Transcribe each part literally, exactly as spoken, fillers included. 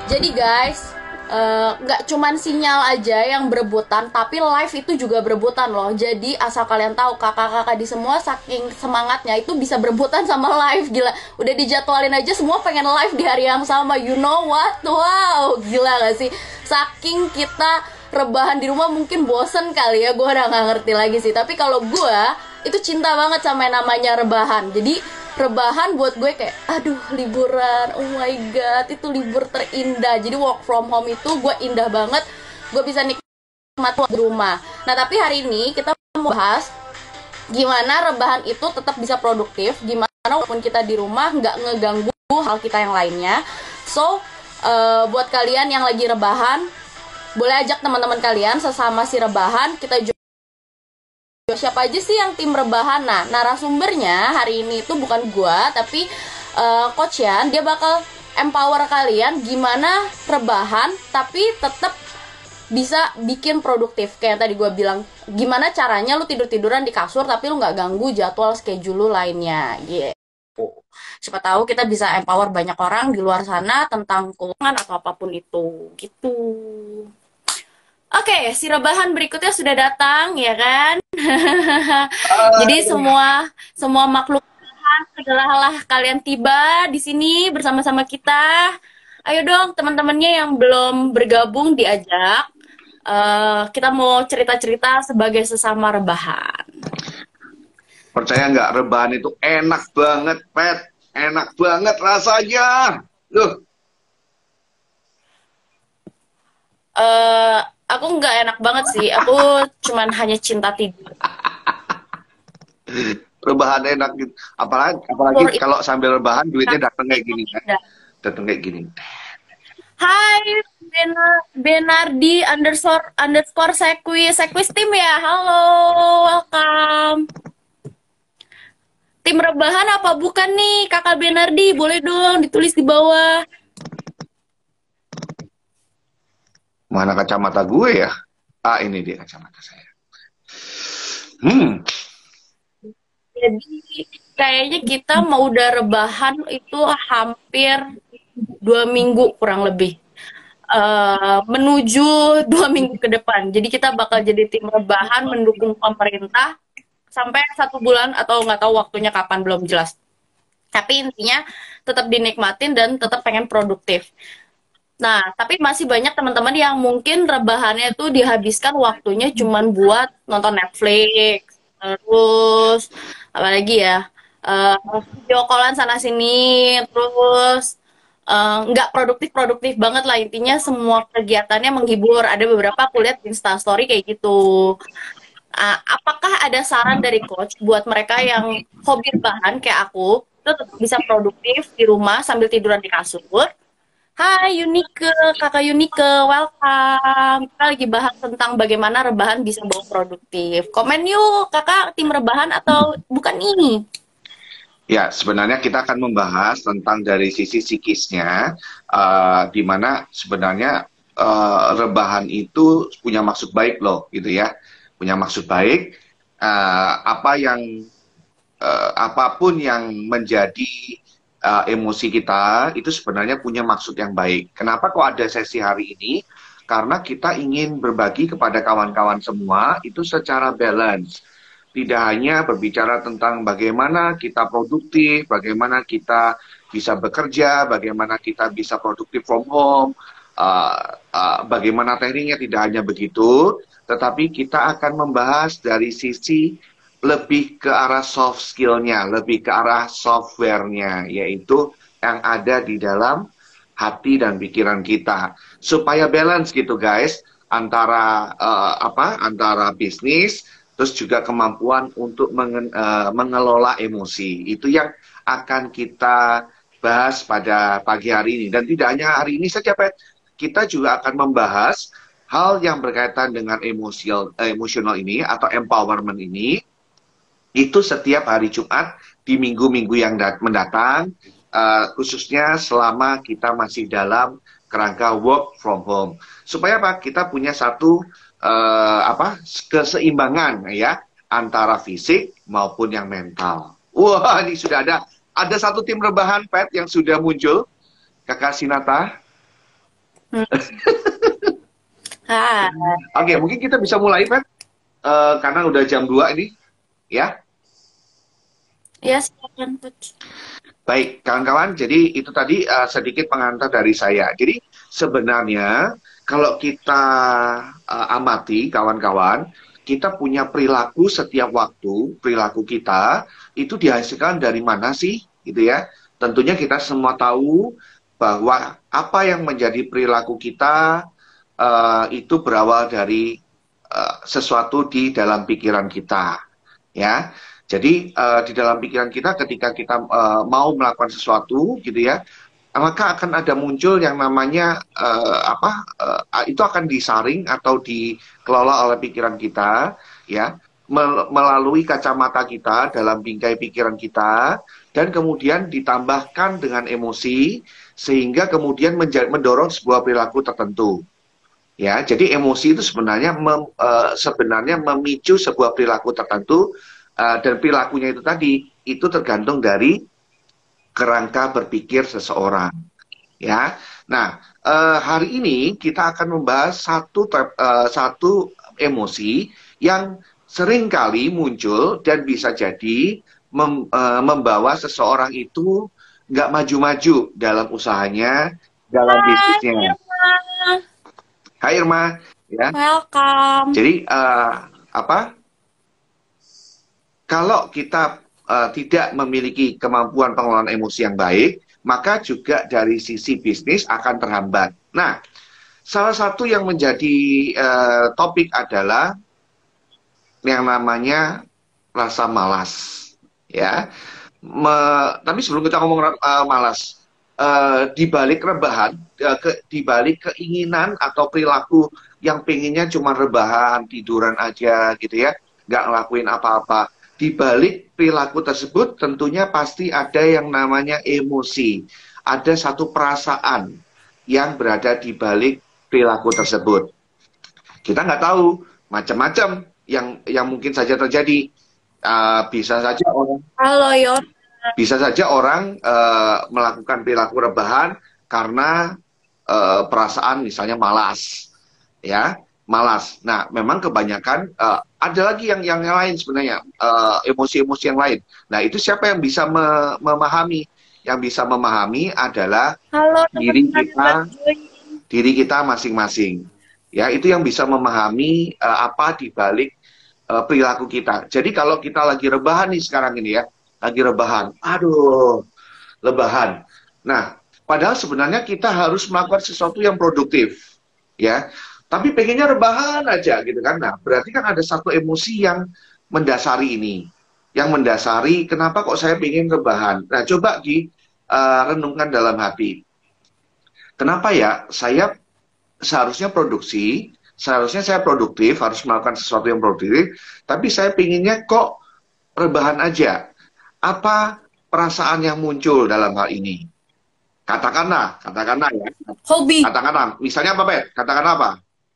Jadi guys, eh, nggak cuman sinyal aja yang berebutan, tapi live itu juga berebutan loh. Jadi asal kalian tahu, kakak-kakak di semua saking semangatnya itu bisa berebutan sama live. Gila, udah dijadwalin aja semua pengen live di hari yang sama. You know what? Wow, gila gak sih? Saking kita rebahan di rumah mungkin bosen kali ya, gue udah nggak ngerti lagi sih. Tapi kalau gue itu cinta banget sama yang namanya rebahan. Jadi rebahan buat gue kayak aduh liburan, oh my god, itu libur terindah. Jadi work from home itu gue indah banget, gue bisa nikmat di rumah. Nah tapi hari ini kita mau bahas gimana rebahan itu tetap bisa produktif, gimana walaupun kita di rumah nggak ngeganggu hal kita yang lainnya. So uh, buat kalian yang lagi rebahan, boleh ajak teman-teman kalian sesama si rebahan, kita juga siapa aja sih yang tim rebahan. Nah, narasumbernya hari ini itu bukan gua, tapi uh, Coach Yan. Dia bakal empower kalian gimana rebahan tapi tetap bisa bikin produktif. Kayak tadi gua bilang, gimana caranya lu tidur-tiduran di kasur tapi lu nggak ganggu jadwal schedule lu lainnya. Gitu. Siapa tahu kita bisa empower banyak orang di luar sana tentang keuangan atau apapun itu. Gitu. Oke, si rebahan berikutnya sudah datang, ya kan? Jadi semua semua makhluk Tuhan, segeralah kalian tiba di sini bersama-sama kita. Ayo dong, teman-temannya yang belum bergabung diajak. Uh, kita mau cerita-cerita sebagai sesama rebahan. Percaya nggak, rebahan itu enak banget, Pet. Enak banget rasanya. Loh. Uh, aku nggak enak banget sih. Aku cuman hanya cinta tidur. Rebahan enak gitu. Apalagi, apalagi kalau sambil rebahan duitnya datang kayak gini kan. Datang kayak gini. Hai, Benar Benardi underscore underscore Sekwis Sekwis tim ya. Halo, welcome. Tim rebahan apa bukan nih, Kakak Benardi? Boleh dong ditulis di bawah. Mana kacamata gue ya? Ah, ini dia kacamata saya. Hmm. Jadi kayaknya kita mau udah rebahan itu hampir dua minggu kurang lebih. Uh, menuju dua minggu ke depan. Jadi kita bakal jadi tim rebahan mendukung pemerintah sampai satu bulan atau nggak tahu waktunya kapan, belum jelas. Tapi intinya tetap dinikmatin dan tetap pengen produktif. Nah, tapi masih banyak teman-teman yang mungkin rebahannya itu dihabiskan waktunya cuman buat nonton Netflix, terus apalagi ya, uh, video callan sana sini, terus uh, nggak produktif-produktif banget lah. Intinya semua kegiatannya menghibur. Ada beberapa aku lihat di Instastory kayak gitu. Uh, apakah ada saran dari coach buat mereka yang hobi rebahan kayak aku, itu tetap bisa produktif di rumah sambil tiduran di kasur? Hai Yunike, kakak Yunike, welcome. Kita lagi bahas tentang bagaimana rebahan bisa bawa produktif. Komen yuk, kakak tim rebahan atau bukan ini? Ya, sebenarnya kita akan membahas tentang dari sisi psikisnya, uh, di mana sebenarnya uh, rebahan itu punya maksud baik loh, gitu ya. Punya maksud baik, uh, apa yang uh, apapun yang menjadi uh, emosi kita itu sebenarnya punya maksud yang baik. Kenapa kok ada sesi hari ini? Karena kita ingin berbagi kepada kawan-kawan semua itu secara balance. Tidak hanya berbicara tentang bagaimana kita produktif, bagaimana kita bisa bekerja, bagaimana kita bisa produktif from home, uh, uh, bagaimana tekniknya, tidak hanya begitu, tetapi kita akan membahas dari sisi lebih ke arah soft skill-nya, lebih ke arah software-nya, yaitu yang ada di dalam hati dan pikiran kita. Supaya balance gitu guys, antara uh, apa? Antara bisnis, terus juga kemampuan untuk menge uh, mengelola emosi. Itu yang akan kita bahas pada pagi hari ini. Dan tidak hanya hari ini saja, Pet. Kita juga akan membahas hal yang berkaitan dengan emosional, emosional ini atau empowerment ini, itu setiap hari Jumat di minggu-minggu yang mendatang, uh, khususnya selama kita masih dalam kerangka work from home. Supaya apa? Kita punya satu uh, apa keseimbangan ya antara fisik maupun yang mental. Wah, ini sudah ada ada satu tim rebahan Pet yang sudah muncul, Kakak Sinata. Hmm. Ah, Oke, mungkin kita bisa mulai, Pet. Eh, karena udah jam dua ini, ya. ya silakan Coach. Baik, kawan-kawan, jadi itu tadi eh, sedikit pengantar dari saya. Jadi sebenarnya kalau kita eh, amati, kawan-kawan, kita punya perilaku setiap waktu, perilaku kita itu dihasilkan dari mana sih, gitu ya. Tentunya kita semua tahu bahwa apa yang menjadi perilaku kita eh, itu berawal dari eh, sesuatu di dalam pikiran kita, ya. Jadi eh, di dalam pikiran kita ketika kita eh, mau melakukan sesuatu gitu ya, maka akan ada muncul yang namanya eh, apa eh, itu akan disaring atau dikelola oleh pikiran kita ya mel- melalui kacamata kita dalam bingkai pikiran kita dan kemudian ditambahkan dengan emosi sehingga kemudian menja- mendorong sebuah perilaku tertentu. Ya, jadi emosi itu sebenarnya mem, eh, sebenarnya memicu sebuah perilaku tertentu eh, dan perilakunya itu tadi itu tergantung dari kerangka berpikir seseorang. Ya, nah eh, hari ini kita akan membahas satu tep- eh, satu emosi yang sering kali muncul dan bisa jadi mem- eh, membawa seseorang itu nggak maju-maju dalam usahanya, dalam Hai bisnisnya. Irma, Hai Irma, ya. welcome. Jadi eh, apa? Kalau kita eh, tidak memiliki kemampuan pengelolaan emosi yang baik, maka juga dari sisi bisnis akan terhambat. Nah, salah satu yang menjadi eh, topik adalah yang namanya rasa malas, ya. Me- tapi sebelum kita ngomong eh, malas, eh, di balik rebahan, eh, ke, di balik keinginan atau perilaku yang pengennya cuma rebahan, tiduran aja gitu ya, nggak ngelakuin apa-apa. Di balik perilaku tersebut tentunya pasti ada yang namanya emosi. Ada satu perasaan yang berada di balik perilaku tersebut. Kita nggak tahu macam-macam yang yang mungkin saja terjadi. Uh, bisa saja orang Halo Yon. bisa saja orang uh, melakukan perilaku rebahan karena uh, perasaan misalnya malas, ya malas. Nah, memang kebanyakan uh, ada lagi yang yang lain sebenarnya uh, emosi-emosi yang lain. Nah, itu siapa yang bisa me memahami? Yang bisa memahami adalah Halo diri teman-teman yang baru kita, join. diri kita masing-masing. Ya, itu yang bisa memahami uh, apa di balik uh, perilaku kita. Jadi kalau kita lagi rebahan nih sekarang ini ya, lagi rebahan, aduh, lebahan. Nah, padahal sebenarnya kita harus melakukan sesuatu yang produktif, ya. Tapi pengennya rebahan aja gitu kan. Nah, berarti kan ada satu emosi yang mendasari ini. Yang mendasari kenapa kok saya pengen rebahan. Nah, coba di uh, renungkan dalam hati. Kenapa ya saya seharusnya produksi, seharusnya saya produktif, harus melakukan sesuatu yang produktif, tapi saya pinginnya kok rebahan aja. Apa perasaan yang muncul dalam hal ini? Katakanlah, katakanlah ya, Hobi, katakanlah, misalnya apa, Pet? Katakanlah apa?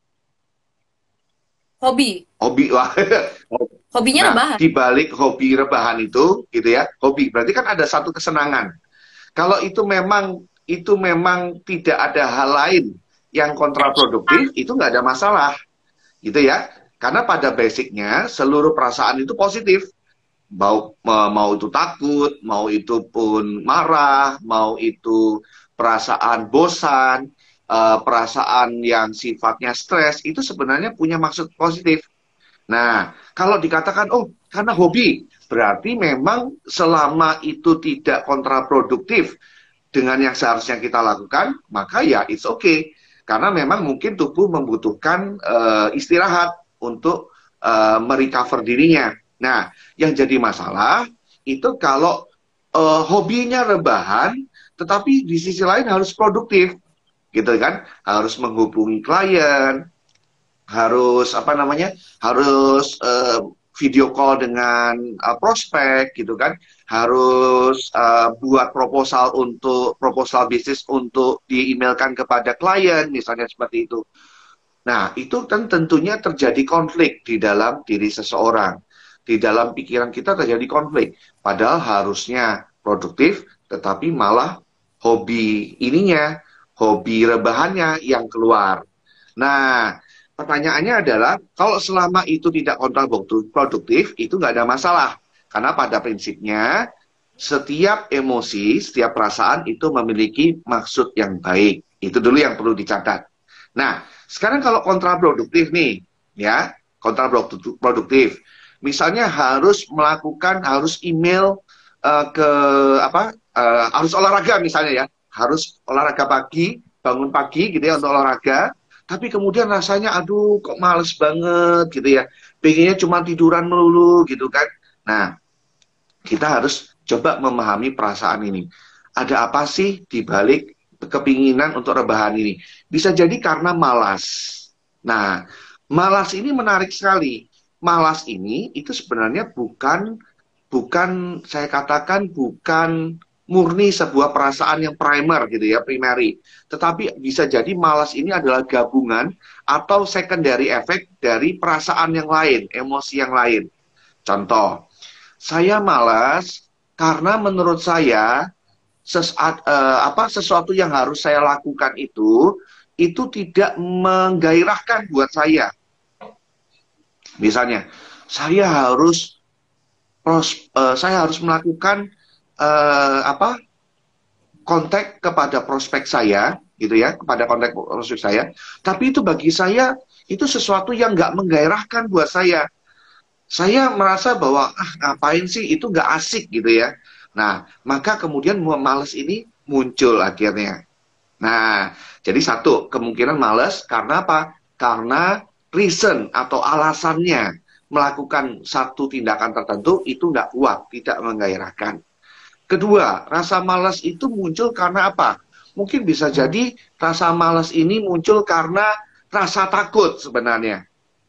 hobi. Hobi, wah. Hobinya Nah, rebahan. di balik hobi rebahan itu, gitu ya, hobi berarti kan ada satu kesenangan. Kalau itu memang itu memang tidak ada hal lain yang kontraproduktif, itu nggak ada masalah, gitu ya. Karena pada basicnya seluruh perasaan itu positif. Mau mau itu takut, mau itu pun marah, mau itu perasaan bosan, eh, perasaan yang sifatnya stres, itu sebenarnya punya maksud positif. Nah, kalau dikatakan, oh, karena hobi, berarti memang selama itu tidak kontraproduktif dengan yang seharusnya kita lakukan, maka ya it's okay. Karena memang mungkin tubuh membutuhkan uh, istirahat untuk uh, merecover dirinya. Nah, yang jadi masalah itu kalau uh, hobinya rebahan, tetapi di sisi lain harus produktif, gitu kan? Harus menghubungi klien, harus apa namanya harus uh, video call dengan uh, prospek gitu kan harus uh, buat proposal untuk proposal bisnis untuk di-emailkan kepada klien misalnya seperti itu. Nah, itu kan tentunya terjadi konflik di dalam diri seseorang, di dalam pikiran kita terjadi konflik, padahal harusnya produktif tetapi malah hobi ininya hobi rebahannya yang keluar. Nah, pertanyaannya adalah, kalau selama itu tidak kontraproduktif, itu nggak ada masalah. Karena pada prinsipnya, setiap emosi, setiap perasaan itu memiliki maksud yang baik. Itu dulu yang perlu dicatat. Nah, sekarang kalau kontraproduktif nih, ya, kontraproduktif. Misalnya harus melakukan, harus email uh, ke, apa, uh, harus olahraga misalnya ya. Harus olahraga pagi, bangun pagi gitu ya untuk olahraga. Tapi kemudian rasanya, aduh kok males banget gitu ya. Pengennya cuma tiduran melulu gitu kan. Nah, kita harus coba memahami perasaan ini. Ada apa sih di balik kepinginan untuk rebahan ini? Bisa jadi karena malas. Nah, malas ini menarik sekali. Malas ini itu sebenarnya bukan, bukan saya katakan bukan murni sebuah perasaan yang primer gitu ya, primary. Tetapi bisa jadi malas ini adalah gabungan atau secondary effect dari perasaan yang lain, emosi yang lain. Contoh, saya malas karena menurut saya sesaat, eh, apa, sesuatu yang harus saya lakukan itu, itu tidak menggairahkan buat saya. Misalnya, saya harus pros, eh, saya harus melakukan Uh, apa kontak kepada prospek saya gitu ya, kepada kontak prospek saya, tapi itu bagi saya itu sesuatu yang nggak menggairahkan buat saya. Saya merasa bahwa ah ngapain sih, itu nggak asik gitu ya. Nah, maka kemudian males ini muncul akhirnya. Nah, jadi satu, kemungkinan males karena apa? Karena reason atau alasannya melakukan satu tindakan tertentu itu nggak kuat, tidak menggairahkan. Kedua, rasa malas itu muncul karena apa? Mungkin bisa jadi rasa malas ini muncul karena rasa takut sebenarnya.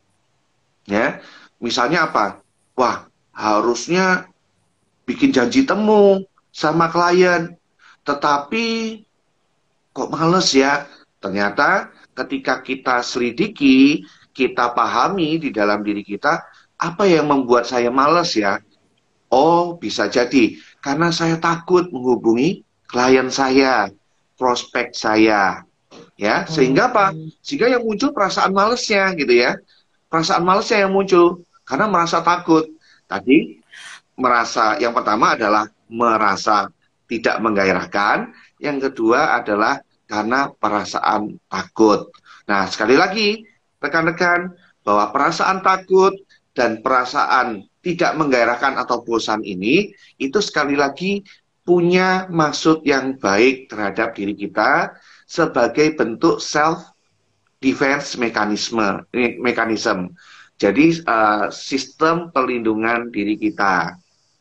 Ya, misalnya apa? Wah, harusnya bikin janji temu sama klien, tetapi kok males ya? Ternyata ketika kita selidiki, kita pahami di dalam diri kita, apa yang membuat saya males ya? Oh, bisa jadi karena saya takut menghubungi klien saya, prospek saya, ya. Sehingga apa? Sehingga yang muncul perasaan malesnya, gitu ya. Perasaan malesnya yang muncul karena merasa takut. Tadi merasa, yang pertama adalah merasa tidak menggairahkan, yang kedua adalah karena perasaan takut. Nah, sekali lagi, rekan-rekan, bahwa perasaan takut dan perasaan tidak menggairahkan atau bosan ini, itu sekali lagi punya maksud yang baik terhadap diri kita sebagai bentuk self-defense mekanisme, mekanisme. Jadi uh, sistem perlindungan diri kita.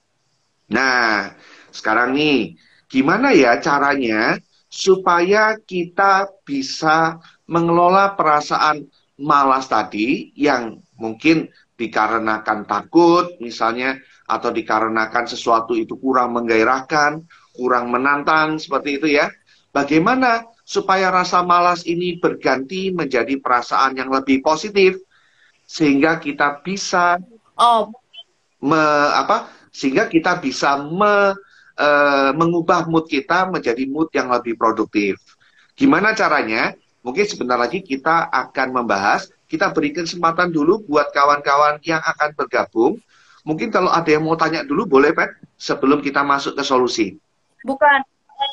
Nah, sekarang nih, gimana ya caranya supaya kita bisa mengelola perasaan malas tadi yang mungkin dikarenakan takut misalnya, atau dikarenakan sesuatu itu kurang menggairahkan, kurang menantang, seperti itu ya. Bagaimana supaya rasa malas ini berganti menjadi perasaan yang lebih positif, sehingga kita bisa oh. me, apa, sehingga kita bisa me, e, mengubah mood kita menjadi mood yang lebih produktif. Gimana caranya? Mungkin sebentar lagi kita akan membahas. Kita berikan kesempatan dulu buat kawan-kawan yang akan bergabung. Mungkin kalau ada yang mau tanya dulu, boleh, Pat? Sebelum kita masuk ke solusi. Bukan.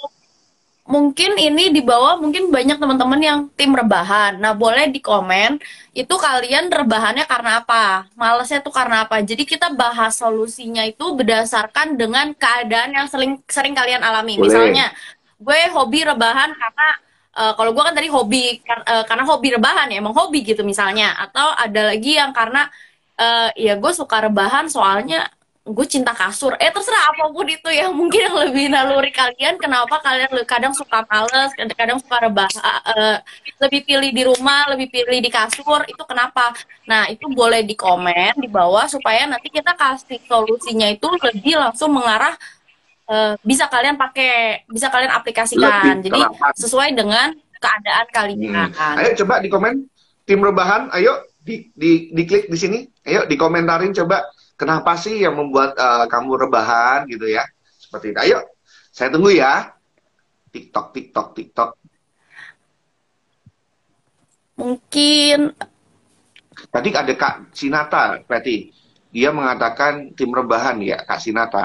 Mungkin ini di bawah, mungkin banyak teman-teman yang tim rebahan. Nah, boleh di komen, itu kalian rebahannya karena apa? Malesnya tuh karena apa? Jadi kita bahas solusinya itu berdasarkan dengan keadaan yang sering, sering kalian alami. Boleh. Misalnya, gue hobi rebahan karena Uh, kalau gue kan tadi hobi kar uh, karena hobi rebahan ya, emang hobi gitu misalnya. Atau ada lagi yang karena uh, ya gue suka rebahan soalnya gue cinta kasur. Eh terserah apapun itu yang mungkin yang lebih naluri kalian. Kenapa kalian kadang suka males, kadang suka rebahan, uh, lebih pilih di rumah, lebih pilih di kasur, itu kenapa? Nah itu boleh di komen di bawah supaya nanti kita kasih solusinya itu lebih langsung mengarah. Uh, bisa kalian pakai, bisa kalian aplikasikan. Lebih Jadi terangkan. Sesuai dengan keadaan kalian. Hmm. Ayo coba di komen tim rebahan, ayo di, di, diklik di sini, ayo dikomentarin coba kenapa sih yang membuat uh, kamu rebahan gitu ya, seperti itu. Ayo, saya tunggu ya. TikTok, TikTok, TikTok. Mungkin Tadi ada Kak Sinata, berarti dia mengatakan tim rebahan ya, Kak Sinata.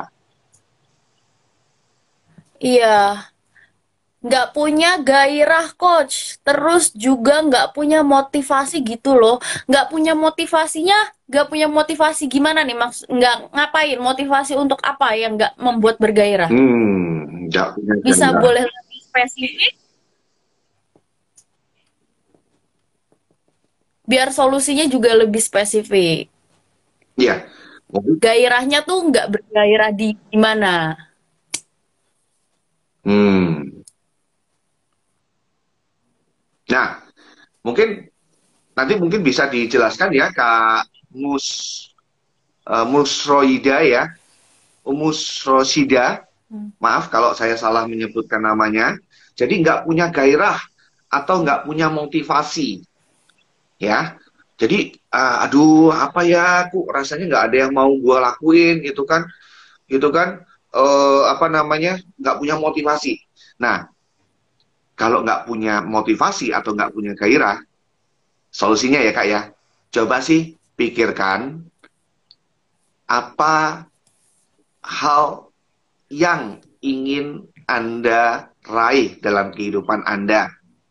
iya, nggak punya gairah coach, terus juga nggak punya motivasi gitu loh. Nggak punya motivasinya, nggak punya motivasi gimana nih, maks nggak ngapain, motivasi untuk apa yang nggak membuat bergairah? Hmm, nggak punya Bisa gairah. boleh lebih spesifik biar solusinya juga lebih spesifik. Iya. Gairahnya tuh nggak bergairah di mana. Hmm. Nah, mungkin nanti mungkin bisa dijelaskan ya Kak Mus eh, Musroida ya, Umus Rosida. Maaf kalau saya salah menyebutkan namanya. Jadi nggak punya gairah atau nggak punya motivasi, ya. Jadi, ah, aduh, apa ya, aku rasanya nggak ada yang mau gue lakuin, gitu kan, gitu kan, eh, apa namanya, nggak punya motivasi. Nah, kalau nggak punya motivasi atau nggak punya gairah, solusinya ya kak ya, coba sih pikirkan apa hal yang ingin Anda raih dalam kehidupan Anda,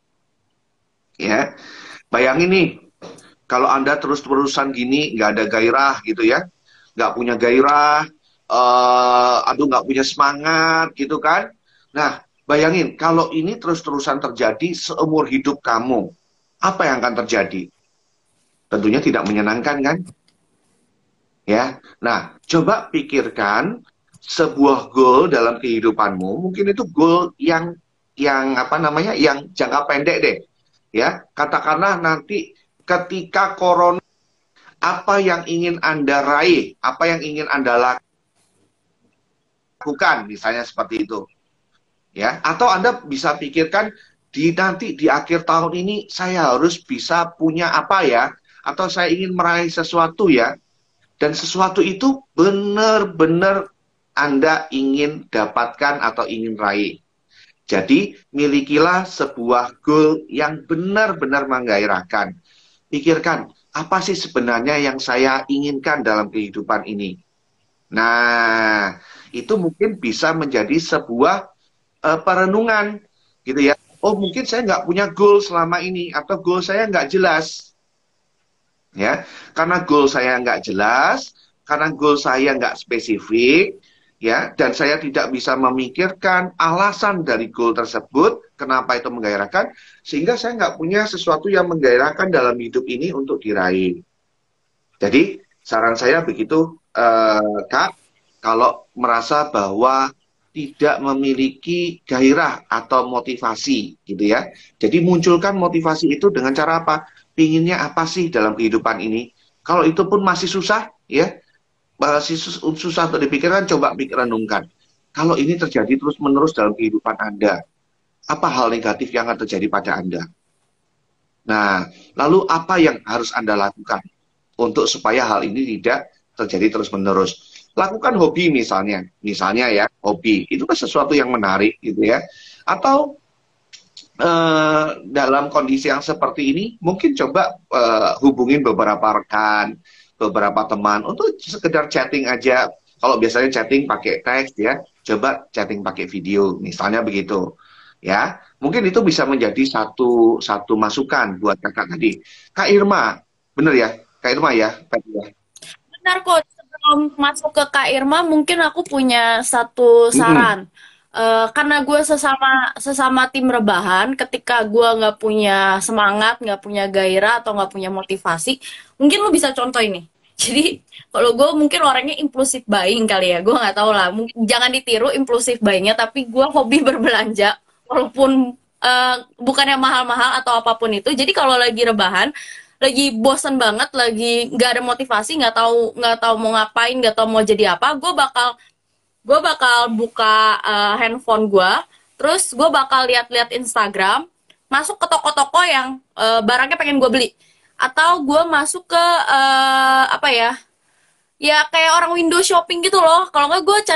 ya. Bayangin nih, kalau Anda terus-terusan gini, nggak ada gairah gitu ya, nggak punya gairah, eh aduh nggak punya semangat gitu kan. Nah, bayangin kalau ini terus-terusan terjadi seumur hidup kamu, apa yang akan terjadi? Tentunya tidak menyenangkan kan? Ya. Nah, coba pikirkan sebuah goal dalam kehidupanmu, mungkin itu goal yang yang apa namanya? Yang jangka pendek deh. Ya, katakanlah nanti ketika corona apa yang ingin Anda raih, apa yang ingin Anda lakukan, misalnya seperti itu, ya. Atau Anda bisa pikirkan di nanti di akhir tahun ini saya harus bisa punya apa ya, atau saya ingin meraih sesuatu ya, dan sesuatu itu benar-benar Anda ingin dapatkan atau ingin raih. Jadi, milikilah sebuah goal yang benar-benar menggairahkan. Pikirkan, apa sih sebenarnya yang saya inginkan dalam kehidupan ini? Nah, itu mungkin bisa menjadi sebuah eh, perenungan, gitu ya. Oh, mungkin saya nggak punya goal selama ini, atau goal saya nggak jelas, ya. Karena goal saya nggak jelas, karena goal saya nggak spesifik, ya, dan saya tidak bisa memikirkan alasan dari goal tersebut, kenapa itu menggairahkan, sehingga saya nggak punya sesuatu yang menggairahkan dalam hidup ini untuk diraih. Jadi saran saya begitu, eh, Kak, kalau merasa bahwa tidak memiliki gairah atau motivasi, gitu ya. Jadi munculkan motivasi itu dengan cara apa? Pinginnya apa sih dalam kehidupan ini? Kalau itu pun masih susah, ya, masih sus- susah untuk dipikirkan, coba pikir renungkan. Kalau ini terjadi terus-menerus dalam kehidupan Anda, apa hal negatif yang akan terjadi pada Anda? Nah, lalu apa yang harus Anda lakukan untuk supaya hal ini tidak terjadi terus-menerus? Lakukan hobi misalnya, misalnya ya, hobi itu kan sesuatu yang menarik gitu ya. Atau eh, dalam kondisi yang seperti ini, mungkin coba eh, hubungin beberapa rekan, beberapa teman untuk sekedar chatting aja. Kalau biasanya chatting pakai teks ya, coba chatting pakai video, misalnya begitu. Ya, mungkin itu bisa menjadi satu satu masukan buat kakak tadi. Kak Irma, bener ya, Kak Irma ya, tadi ya. Benar kok, sebelum masuk ke Kak Irma, mungkin aku punya satu Mm-mm. saran. Eh, karena gue sesama sesama tim rebahan, ketika gue nggak punya semangat, nggak punya gairah atau nggak punya motivasi, mungkin lu bisa contoh ini. Jadi kalau gue mungkin orangnya impulsif buying kali ya, gue nggak tahu lah. Mung- Jangan ditiru impulsif buyingnya, tapi gue hobi berbelanja, walaupun eh, bukannya mahal-mahal atau apapun itu. Jadi kalau lagi rebahan, lagi bosen banget, lagi nggak ada motivasi, nggak tahu nggak tahu mau ngapain, nggak tahu mau jadi apa, gue bakal gue bakal buka eh, handphone gue, terus gue bakal lihat-lihat Instagram, masuk ke toko-toko yang eh, barangnya pengen gue beli, atau gue masuk ke eh, apa ya, ya kayak orang window shopping gitu loh. Kalau nggak gue cari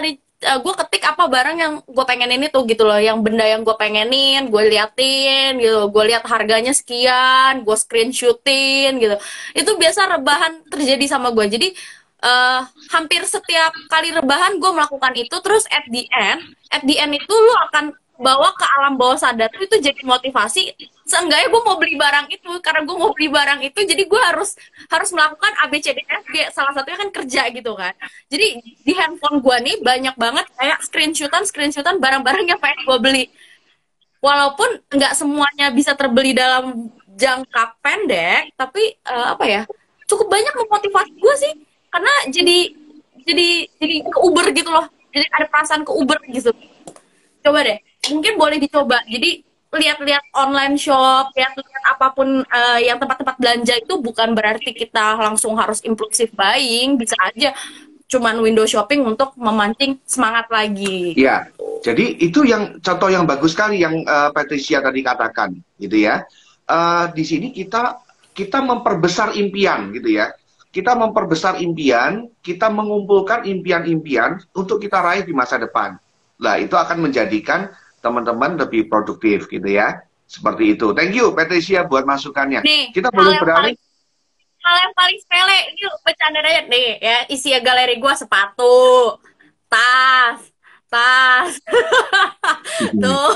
gue ketik apa barang yang gue pengenin itu gitu loh, yang benda yang gue pengenin gue liatin gitu, gue lihat harganya sekian, gue screenshotin gitu. Itu biasa rebahan terjadi sama gue. Jadi eh, hampir setiap kali rebahan gue melakukan itu, terus at the end at the end itu lu akan bawa ke alam bawah sadar lu, itu jadi motivasi. Seenggaknya gue mau beli barang itu, karena gue mau beli barang itu jadi gue harus harus melakukan A B C D F G, salah satunya kan kerja gitu kan. Jadi di handphone gue nih banyak banget kayak screenshotan screenshotan barang-barang yang pengen gue beli, walaupun nggak semuanya bisa terbeli dalam jangka pendek, tapi eh, apa ya, cukup banyak memotivasi gue sih, karena jadi jadi jadi ke Uber gitu loh, jadi ada perasaan ke Uber gitu. Coba deh, mungkin boleh dicoba. Jadi lihat-lihat online shop, lihat-lihat apapun eh, yang tempat-tempat belanja itu bukan berarti kita langsung harus impulsif buying, bisa aja cuman window shopping untuk memancing semangat lagi. Ya, jadi itu yang contoh yang bagus sekali yang uh, Patricia tadi katakan, gitu ya. Uh, di sini kita kita memperbesar impian, gitu ya. Kita memperbesar impian, kita mengumpulkan impian-impian untuk kita raih di masa depan. Nah, itu akan menjadikan teman-teman lebih produktif, gitu ya. Seperti itu. Thank you, Patricia, buat masukannya. Nih, Kita hal boleh yang beralih. paling hal yang paling sepele ini bercanda aja nih ya, isi galeri gua sepatu, tas, tas. Tuh.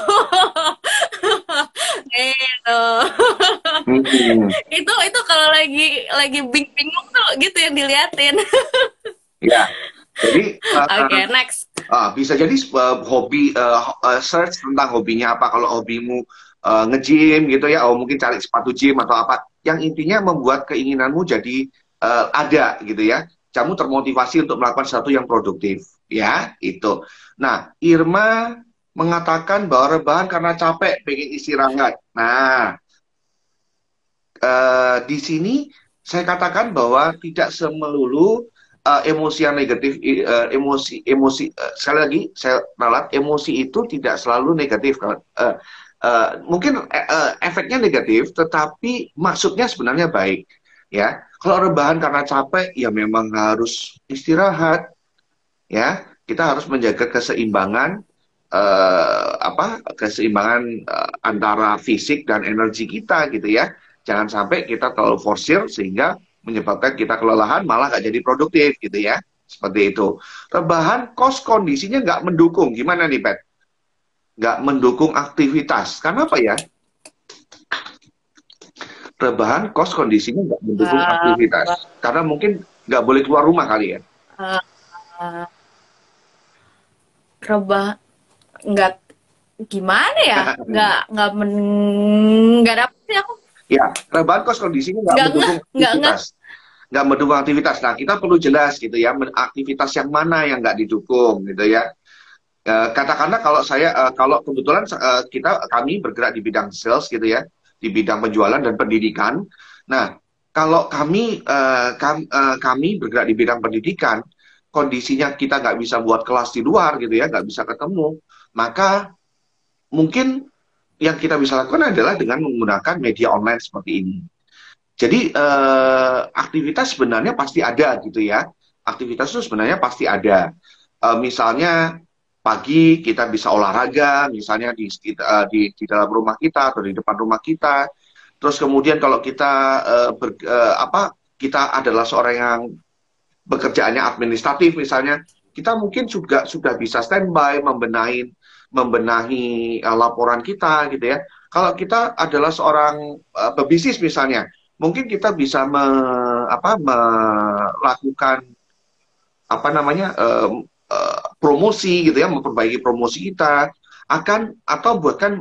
Nih, tuh. Hmm, itu itu kalau lagi lagi bing- bingung tuh gitu yang diliatin. ya, jadi Oke, uh, okay, next. Ah, bisa jadi uh, hobi uh, uh, search tentang hobinya apa. Kalau hobimu uh, nge-gym gitu ya, oh mungkin cari sepatu gym atau apa. Yang intinya membuat keinginanmu jadi uh, ada gitu ya. Kamu termotivasi untuk melakukan sesuatu yang produktif, ya itu. Nah, Irma mengatakan bahwa rebahan karena capek, pengen istirahat. Nah, uh, di sini saya katakan bahwa tidak semelulu uh, emosi yang negatif, uh, emosi emosi uh, sekali lagi saya ralat, emosi itu tidak selalu negatif. Uh, uh, mungkin uh, efeknya negatif, tetapi maksudnya sebenarnya baik. Ya, kalau rebahan karena capek, ya memang harus istirahat. Ya, kita harus menjaga keseimbangan, uh, apa keseimbangan uh, antara fisik dan energi kita gitu ya. Jangan sampai kita terlalu forsir sehingga menyebabkan kita kelelahan malah nggak jadi produktif gitu ya. Seperti itu. Rebahan kos kondisinya nggak mendukung. Gimana nih, Pat? Nggak mendukung aktivitas. Karena apa ya? Rebahan kos kondisinya nggak mendukung Uh, aktivitas. Karena mungkin nggak boleh keluar rumah kali ya. uh, uh, rebah nggak gimana ya, nggak nggak men nggak dapet sih aku. Ya, rebahan kos kondisinya nggak Nggak ngeh, mendukung nggak ngeh. aktivitas. Nggak mendukung aktivitas. Nah, kita perlu jelas gitu ya, aktivitas yang mana yang nggak didukung gitu ya. E, katakanlah kalau saya, e, kalau kebetulan e, kita kami bergerak di bidang sales gitu ya, di bidang penjualan dan pendidikan. Nah, kalau kami e, kam, e, kami bergerak di bidang pendidikan, kondisinya kita nggak bisa buat kelas di luar gitu ya, nggak bisa ketemu, maka mungkin yang kita bisa lakukan adalah dengan menggunakan media online seperti ini. Jadi eh, aktivitas sebenarnya pasti ada gitu ya. Aktivitas itu sebenarnya pasti ada. Eh, misalnya pagi kita bisa olahraga, misalnya di, uh, di di dalam rumah kita atau di depan rumah kita. Terus kemudian kalau kita uh, ber, uh, apa kita adalah seorang yang bekerjaannya administratif misalnya, kita mungkin juga sudah bisa standby membenahi membenahi uh, laporan kita gitu ya. Kalau kita adalah seorang uh, pebisnis misalnya, mungkin kita bisa me, apa, melakukan apa namanya uh, uh, promosi gitu ya, memperbaiki promosi kita akan atau bahkan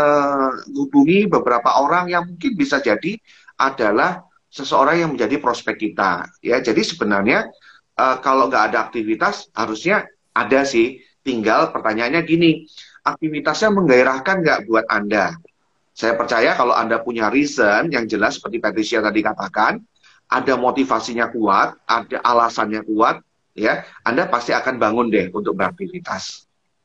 menghubungi beberapa orang yang mungkin bisa jadi adalah seseorang yang menjadi prospek kita ya. Jadi sebenarnya uh, kalau nggak ada aktivitas harusnya ada sih. Tinggal pertanyaannya gini, aktivitasnya menggairahkan nggak buat Anda? Saya percaya kalau Anda punya reason yang jelas seperti Patricia tadi katakan, ada motivasinya kuat, ada alasannya kuat, ya, Anda pasti akan bangun deh untuk beraktivitas.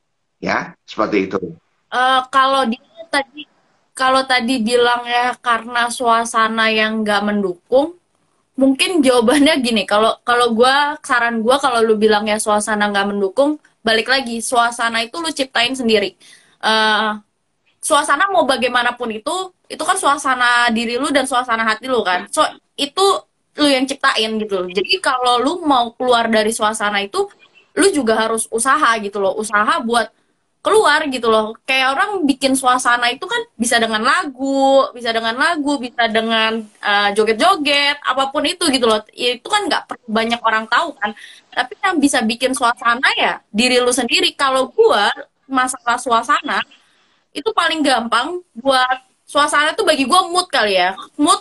Ya, seperti itu. Uh, kalau dia tadi kalau tadi bilang ya karena suasana yang nggak mendukung, mungkin jawabannya gini. Kalau kalau gue saran gue kalau lu bilang ya suasana nggak mendukung, balik lagi, suasana itu lu ciptain sendiri. Eh, Suasana mau bagaimanapun itu, itu kan suasana diri lu dan suasana hati lu kan. So, itu lu yang ciptain gitu loh. Jadi kalau lu mau keluar dari suasana itu, lu juga harus usaha gitu loh. Usaha buat keluar gitu loh. Kayak orang bikin suasana itu kan bisa dengan lagu, bisa dengan lagu, bisa dengan uh, joget-joget, apapun itu gitu loh. Itu kan nggak perlu banyak orang tahu kan. Tapi yang bisa bikin suasana ya diri lu sendiri. Kalau gua masalah suasana itu paling gampang buat suasana tuh bagi gue mood kali ya. Mood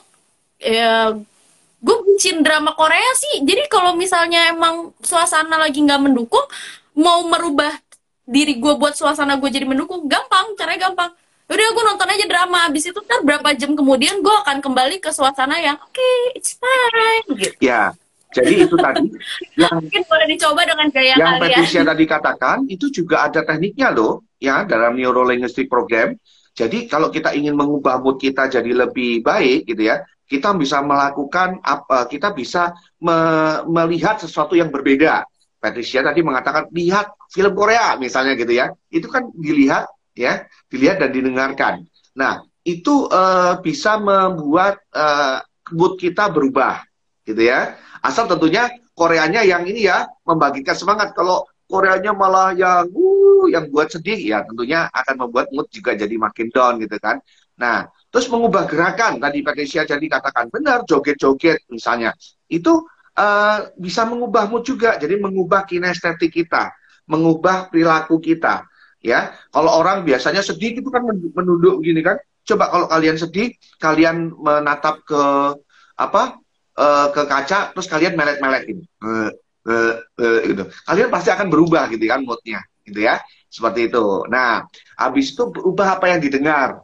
ya, gue bucin drama Korea sih. Jadi kalau misalnya emang suasana lagi nggak mendukung, mau merubah diri gue buat suasana gue jadi mendukung, gampang, caranya gampang. Udah gue nonton aja drama, habis itu ntar berapa jam kemudian gue akan kembali ke suasana yang oke, okay, it's fine gitu. Ya, jadi itu tadi yang mungkin boleh dicoba dengan gaya yang kalian. Patricia tadi katakan itu juga ada tekniknya loh, ya, dalam neuro linguistic program. Jadi kalau kita ingin mengubah mood kita jadi lebih baik gitu ya, kita bisa melakukan apa? Kita bisa me melihat sesuatu yang berbeda. Patricia tadi mengatakan lihat film Korea misalnya gitu ya, itu kan dilihat ya, dilihat dan didengarkan. Nah itu uh, bisa membuat uh, mood kita berubah gitu ya. Asal tentunya Koreanya yang ini ya membangkitkan semangat. Kalau Koreanya malah yang uh, yang buat sedih ya tentunya akan membuat mood juga jadi makin down gitu kan. Nah terus mengubah gerakan tadi Patricia jadi katakan benar, joget-joget misalnya itu Uh, bisa mengubah mood juga, jadi mengubah kinestetik kita, mengubah perilaku kita, ya. Kalau orang biasanya sedih itu kan menunduk gini kan, coba kalau kalian sedih, kalian menatap ke apa, uh, ke kaca, terus kalian melek-melek ini, uh, uh, uh, gitu. Kalian pasti akan berubah gitu kan moodnya, gitu ya, seperti itu. Nah, habis itu berubah apa yang didengar,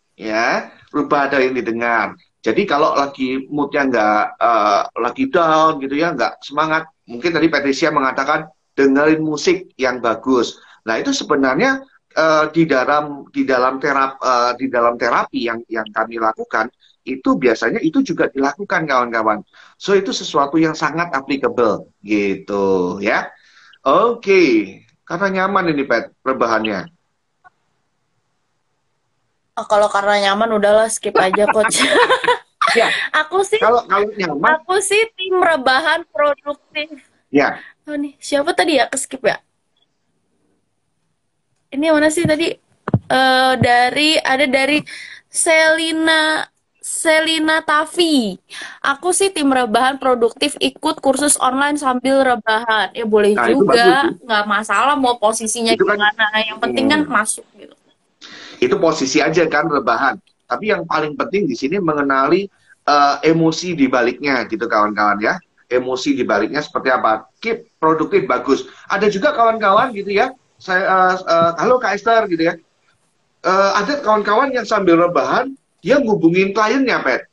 ya, berubah ada yang didengar. Jadi kalau lagi moodnya nggak uh, lagi down gitu ya, nggak semangat, mungkin tadi Patricia mengatakan dengerin musik yang bagus. Nah itu sebenarnya uh, di dalam di dalam terap uh, di dalam terapi yang yang kami lakukan itu biasanya itu juga dilakukan kawan-kawan. So itu sesuatu yang sangat applicable gitu ya. Oke, okay. Karena nyaman ini Pat rebahannya. Oh, kalau karena nyaman udahlah skip aja coach. Ya, aku sih kalau kalau nyaman, aku sih tim rebahan produktif. Ya. Oh nih siapa tadi ya ke skip ya? Ini mana sih tadi? Uh, dari ada dari Selina Selina Tavi. Aku sih tim rebahan produktif ikut kursus online sambil rebahan. Ya boleh nah, juga, nggak masalah mau posisinya itu gimana. Kan, yang penting hmm. kan masuk gitu. Itu posisi aja kan rebahan. Tapi yang paling penting di sini mengenali uh, emosi di baliknya gitu kawan-kawan ya. Emosi di baliknya seperti apa? Keep produktif bagus. Ada juga kawan-kawan gitu ya. Saya uh, uh, halo Kak Esther gitu ya. Uh, ada kawan-kawan yang sambil rebahan dia ngubungin kliennya, Pet.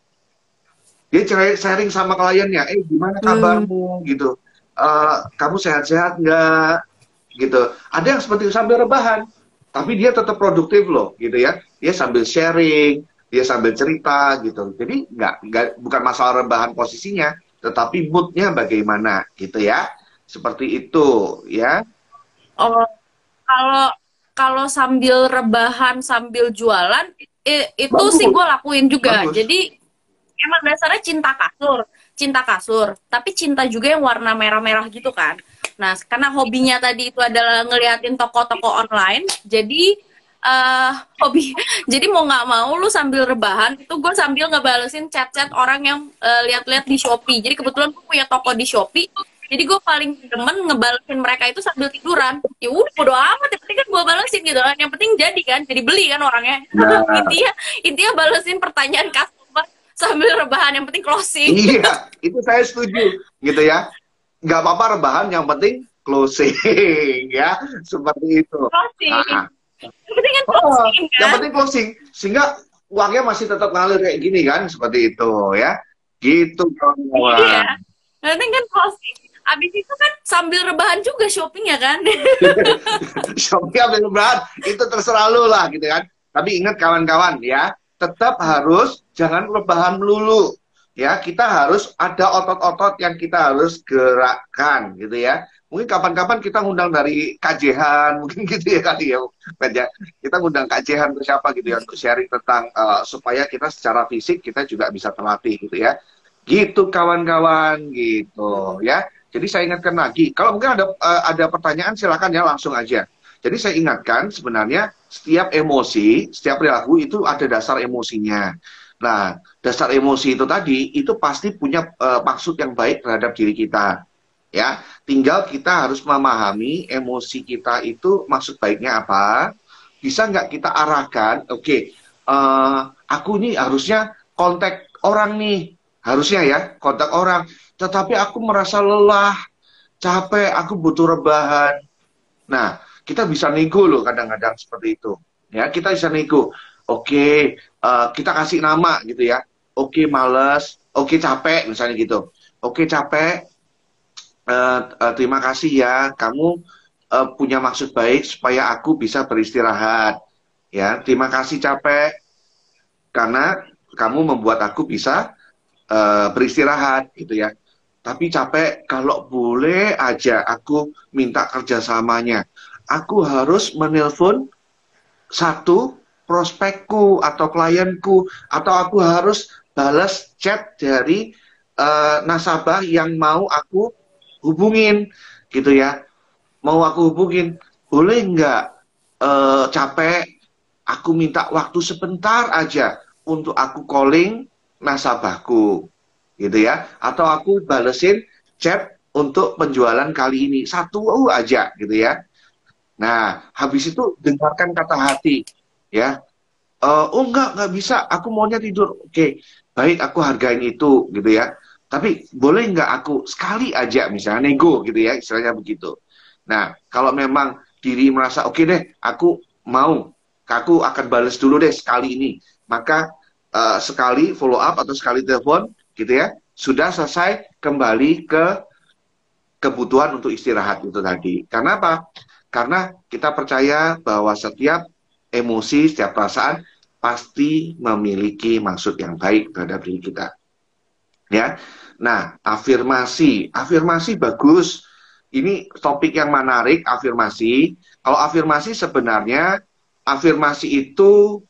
Dia sharing sama kliennya, "Eh, gimana kabarmu?" hmm. gitu. Uh, "Kamu sehat-sehat nggak?" gitu. Ada yang seperti sambil rebahan. Tapi dia tetap produktif loh, gitu ya. Dia sambil sharing, dia sambil cerita, gitu. Jadi nggak, nggak, bukan masalah rebahan posisinya, tetapi moodnya bagaimana, gitu ya. Seperti itu, ya. Oh, kalau kalau sambil rebahan sambil jualan, itu bagus. Sih gue lakuin juga. Bagus. Jadi emang dasarnya cinta kasur, cinta kasur. Tapi cinta juga yang warna merah-merah gitu kan. Nah, karena hobinya tadi itu adalah ngeliatin toko-toko online, jadi uh, hobi, jadi mau nggak mau lu sambil rebahan, itu gue sambil ngebalesin chat-chat orang yang uh, lihat-lihat di Shopee. Jadi kebetulan gue punya toko di Shopee, jadi gue paling demen ngebalesin mereka itu sambil tiduran. Ya udah bodo amat, yang penting kan gue balesin gitu kan. Yang penting jadi kan, jadi beli kan orangnya. Nah. intinya intinya balesin pertanyaan customer sambil rebahan, yang penting closing. Iya, itu saya setuju, gitu ya. Nggak apa-apa rebahan, yang penting closing ya, seperti itu. Closing. Nah, yang penting kan closing, oh, kan? Yang penting closing, sehingga uangnya masih tetap ngalir kayak gini kan, seperti itu ya. Gitu kawan-kawan. Iya. Yang penting kan closing. Abis itu kan sambil rebahan juga shopping ya kan? Shopping sambil rebahan itu terserah lu lah gitu kan. Tapi ingat kawan-kawan ya, tetap harus jangan rebahan melulu. Ya, kita harus ada otot-otot yang kita harus gerakkan gitu ya. Mungkin kapan-kapan kita ngundang dari K J Han, mungkin gitu ya kali ya, Pet ya. Kita ngundang K J Han ke siapa gitu ya untuk sharing tentang uh, supaya kita secara fisik kita juga bisa terlatih gitu ya. Gitu kawan-kawan gitu Hmm. ya. Jadi saya ingatkan lagi, kalau mungkin ada uh, ada pertanyaan silakan ya langsung aja. Jadi saya ingatkan sebenarnya setiap emosi, setiap perilaku itu ada dasar emosinya. Nah, dasar emosi itu tadi itu pasti punya uh, maksud yang baik terhadap diri kita. Ya, tinggal kita harus memahami emosi kita itu maksud baiknya apa. Bisa nggak kita arahkan? Oke, okay, uh, aku nih harusnya kontak orang nih, harusnya ya kontak orang. Tetapi aku merasa lelah, capek, aku butuh rebahan. Nah, kita bisa nego loh kadang-kadang seperti itu. Ya, kita bisa nego. Oke, okay, uh, kita kasih nama gitu ya. Oke, okay, males. Oke, okay, capek misalnya gitu. Oke, okay, capek. Uh, uh, terima kasih ya, kamu uh, punya maksud baik supaya aku bisa beristirahat. Ya, terima kasih capek karena kamu membuat aku bisa uh, beristirahat gitu ya. Tapi capek, kalau boleh aja aku minta kerjasamanya. Aku harus menelpon satu prospekku atau klienku, atau aku harus balas chat dari uh, nasabah yang mau aku hubungin, gitu ya. Mau aku hubungin, boleh nggak uh, capek, aku minta waktu sebentar aja untuk aku calling nasabahku, gitu ya. Atau aku balesin chat untuk penjualan kali ini, satu aja, gitu ya. Nah, habis itu dengarkan kata hati, ya. Uh, oh enggak, enggak bisa, aku maunya tidur. Oke, baik, aku hargain itu, gitu ya. Tapi boleh enggak aku sekali aja, misalnya nego, gitu ya, istilahnya begitu. Nah, kalau memang diri merasa, oke deh, aku mau, aku akan balas dulu deh sekali ini. Maka uh, sekali follow up atau sekali telepon, gitu ya, sudah selesai, kembali ke kebutuhan untuk istirahat itu tadi. Karena apa? Karena kita percaya bahwa setiap emosi, setiap perasaan pasti memiliki maksud yang baik terhadap diri kita. Ya. Nah, afirmasi, afirmasi bagus. Ini topik yang menarik, afirmasi. Kalau afirmasi sebenarnya, afirmasi itu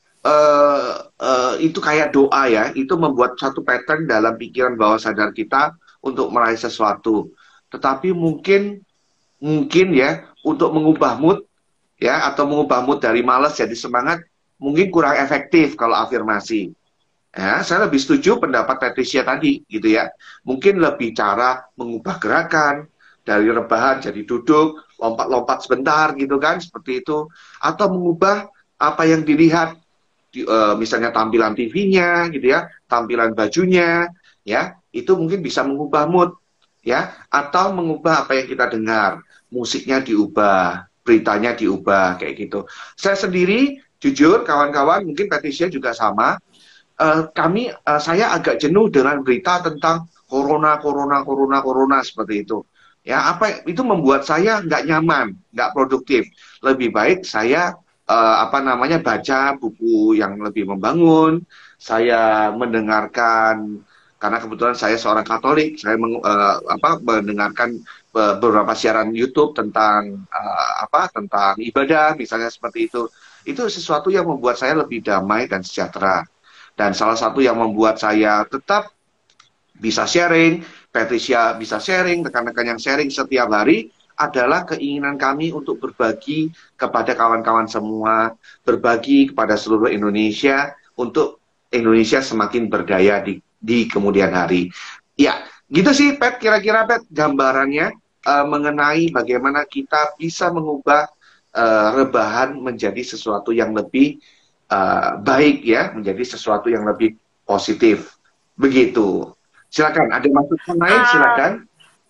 uh, uh, itu kayak doa ya. Itu membuat satu pattern dalam pikiran bawah sadar kita untuk meraih sesuatu. Tetapi mungkin mungkin ya untuk mengubah mood ya atau mengubah mood dari malas jadi semangat mungkin kurang efektif kalau afirmasi. Ya, saya lebih setuju pendapat Patricia tadi gitu ya. Mungkin lebih cara mengubah gerakan dari rebahan jadi duduk, lompat-lompat sebentar gitu kan, seperti itu. Atau mengubah apa yang dilihat di, uh, misalnya tampilan T V-nya gitu ya, tampilan bajunya ya, itu mungkin bisa mengubah mood ya, atau mengubah apa yang kita dengar, musiknya diubah, beritanya diubah kayak gitu. Saya sendiri jujur kawan-kawan mungkin Patricia juga sama, uh, kami uh, saya agak jenuh dengan berita tentang corona corona corona corona seperti itu ya, apa itu membuat saya nggak nyaman, nggak produktif. Lebih baik saya uh, apa namanya baca buku yang lebih membangun, saya mendengarkan, karena kebetulan saya seorang Katolik, saya meng, uh, apa mendengarkan beberapa siaran YouTube tentang uh, apa tentang ibadah misalnya seperti itu. Itu sesuatu yang membuat saya lebih damai dan sejahtera. Dan salah satu yang membuat saya tetap bisa sharing, Patricia bisa sharing, rekan-rekan yang sharing setiap hari adalah keinginan kami untuk berbagi kepada kawan-kawan semua, berbagi kepada seluruh Indonesia untuk Indonesia semakin berdaya di, di kemudian hari. Ya, gitu sih Pet, kira-kira Pet gambarannya uh, mengenai bagaimana kita bisa mengubah uh, rebahan menjadi sesuatu yang lebih uh, baik ya, menjadi sesuatu yang lebih positif. Begitu. Silakan, ada masukan lain Ah, silakan.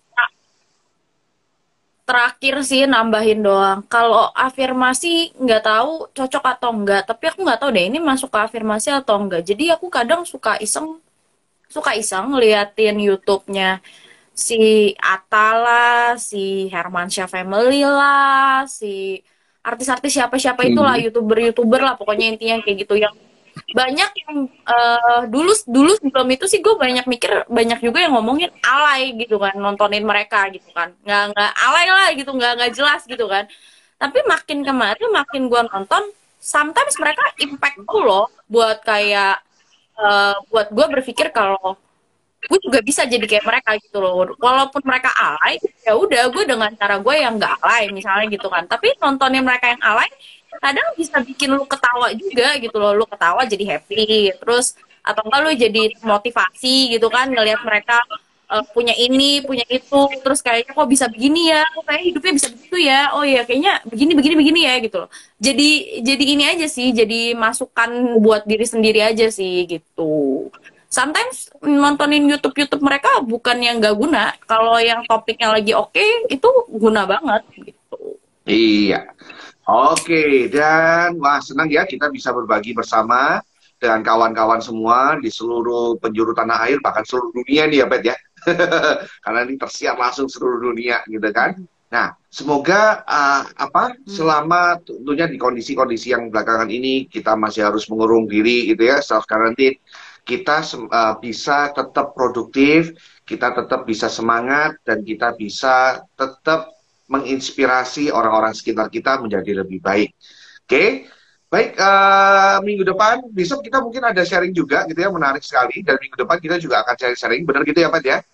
terakhir sih nambahin doang. Kalau afirmasi nggak tahu cocok atau enggak, tapi aku nggak tahu deh ini masuk ke afirmasi atau enggak. Jadi aku kadang suka iseng, suka iseng ngeliatin YouTube-nya si Atala, si Hermansyah Family lah, si artis-artis siapa-siapa itulah, Hmm. YouTuber-YouTuber lah, pokoknya intinya kayak gitu yang banyak yang eh, dulu dulu sebelum itu sih gue banyak mikir, banyak juga yang ngomongin alay gitu kan, nontonin mereka gitu kan, nggak nggak alay lah gitu, nggak nggak jelas gitu kan. Tapi makin kemarin makin gue nonton, sometimes mereka impactful loh buat kayak eh, buat gue berpikir kalau gue juga bisa jadi kayak mereka gitu loh, walaupun mereka alay, ya udah gue dengan cara gue yang nggak alay misalnya gitu kan, tapi nontonnya mereka yang alay kadang bisa bikin lu ketawa juga gitu loh, lu ketawa jadi happy terus, atau enggak lu jadi motivasi gitu kan ngelihat mereka eh, punya ini punya itu, terus kayaknya kok bisa begini ya, kok kayak hidupnya bisa begitu ya, oh ya kayaknya begini begini begini ya gitu loh. Jadi jadi ini aja sih, jadi masukan buat diri sendiri aja sih gitu. Sometimes nontonin YouTube YouTube mereka bukan yang gak guna, kalau yang topiknya lagi oke itu guna banget gitu. Iya. Oke, dan wah senang ya kita bisa berbagi bersama dengan kawan-kawan semua di seluruh penjuru tanah air, bahkan seluruh dunia nih ya, Pet ya. Karena ini tersiar langsung seluruh dunia gitu kan. Nah, semoga uh, apa Hmm. selama tentunya di kondisi-kondisi yang belakangan ini kita masih harus mengurung diri gitu ya, self quarantine, kita sem- uh, bisa tetap produktif, kita tetap bisa semangat dan kita bisa tetap menginspirasi orang-orang sekitar kita menjadi lebih baik. Oke, baik. eh, minggu depan, besok kita mungkin ada sharing juga gitu ya, menarik sekali. Dan minggu depan kita juga akan sharing-sharing, benar gitu ya, Pat ya?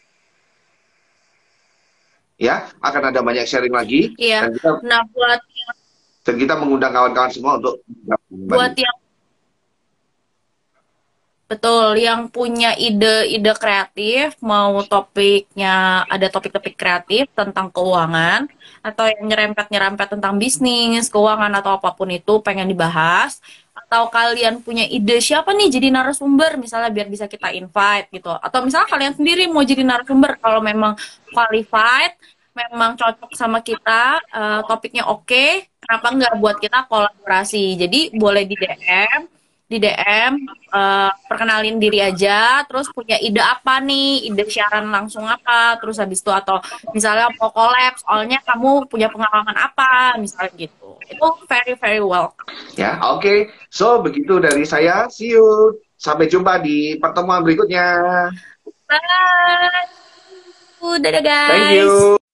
Ya, akan ada banyak sharing lagi. Iya. Dan kita Nah, buat dan kita mengundang kawan-kawan semua untuk bergabung kembali. buat yang betul, yang punya ide-ide kreatif, mau topiknya ada topik-topik kreatif tentang keuangan, atau yang nyerempet-nyerempet tentang bisnis, keuangan atau apapun itu pengen dibahas, atau kalian punya ide siapa nih jadi narasumber, misalnya biar bisa kita invite gitu, atau misalnya kalian sendiri mau jadi narasumber, kalau memang qualified, memang cocok sama kita, eh, topiknya oke, kenapa nggak buat kita kolaborasi? Jadi boleh di D M, di D M, eh, perkenalin diri aja, terus punya ide apa nih, ide siaran langsung apa, terus habis itu atau misalnya mau collab, soalnya kamu punya pengalaman apa, misalnya gitu. Itu very very welcome. Ya, oke. So, begitu dari saya. See you. Sampai jumpa di pertemuan berikutnya. Bye, dadah Thank guys. you.